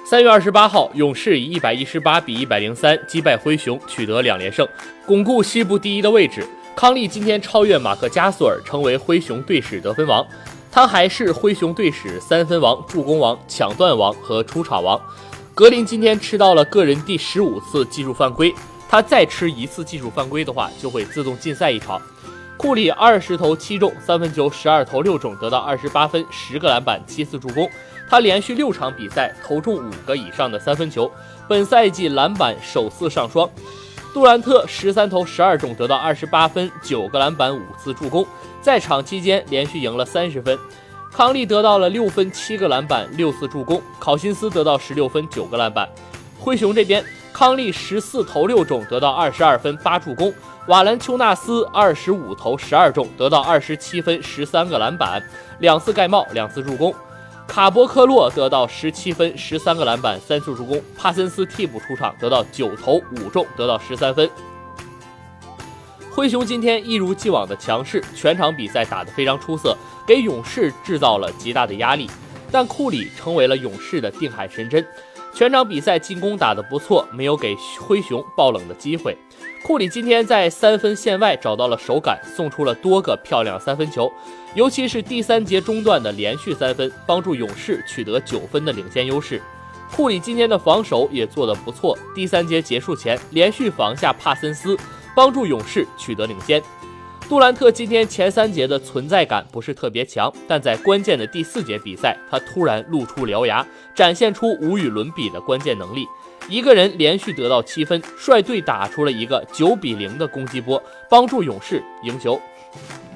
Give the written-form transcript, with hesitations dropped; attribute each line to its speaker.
Speaker 1: 3月28号，勇士以118比103击败灰熊，取得2连胜，巩固西部第一的位置。康利今天超越马克加索尔，成为灰熊队史得分王。他还是灰熊队史3分王、助攻王、抢断王和出场王。格林今天吃到了个人第15次技术犯规，他再吃1次技术犯规的话，就会自动禁赛1场。库里20投7中，3分球12投6中，得到28分、10个篮板、7次助攻。他连续6场比赛投中5个以上的3分球，本赛季篮板首次上双。杜兰特13投12中，得到28分、9个篮板、5次助攻，在场期间连续赢了30分。康利得到了6分、7个篮板、6次助攻，考辛斯得到16分、9个篮板。灰熊这边，康利14投6中，得到22分、8助攻。瓦兰丘纳斯25投12中，得到27分、13个篮板、2次盖帽、2次助攻。卡博科洛得到17分、13个篮板、3次助攻。帕森斯替补出场，得到9投5中，得到13分。灰熊今天一如既往的强势，全场比赛打得非常出色，给勇士制造了极大的压力。但库里成为了勇士的定海神针，全场比赛进攻打得不错，没有给灰熊爆冷的机会。库里今天在3分线外找到了手感，送出了多个漂亮3分球，尤其是第3节中段的连续3分，帮助勇士取得9分的领先优势。库里今天的防守也做得不错，第3节结束前连续防下帕森斯，帮助勇士取得领先。杜兰特今天前3节的存在感不是特别强，但在关键的第4节比赛，他突然露出獠牙，展现出无与伦比的关键能力。一个人连续得到7分，率队打出了一个9比0的攻击波，帮助勇士赢球。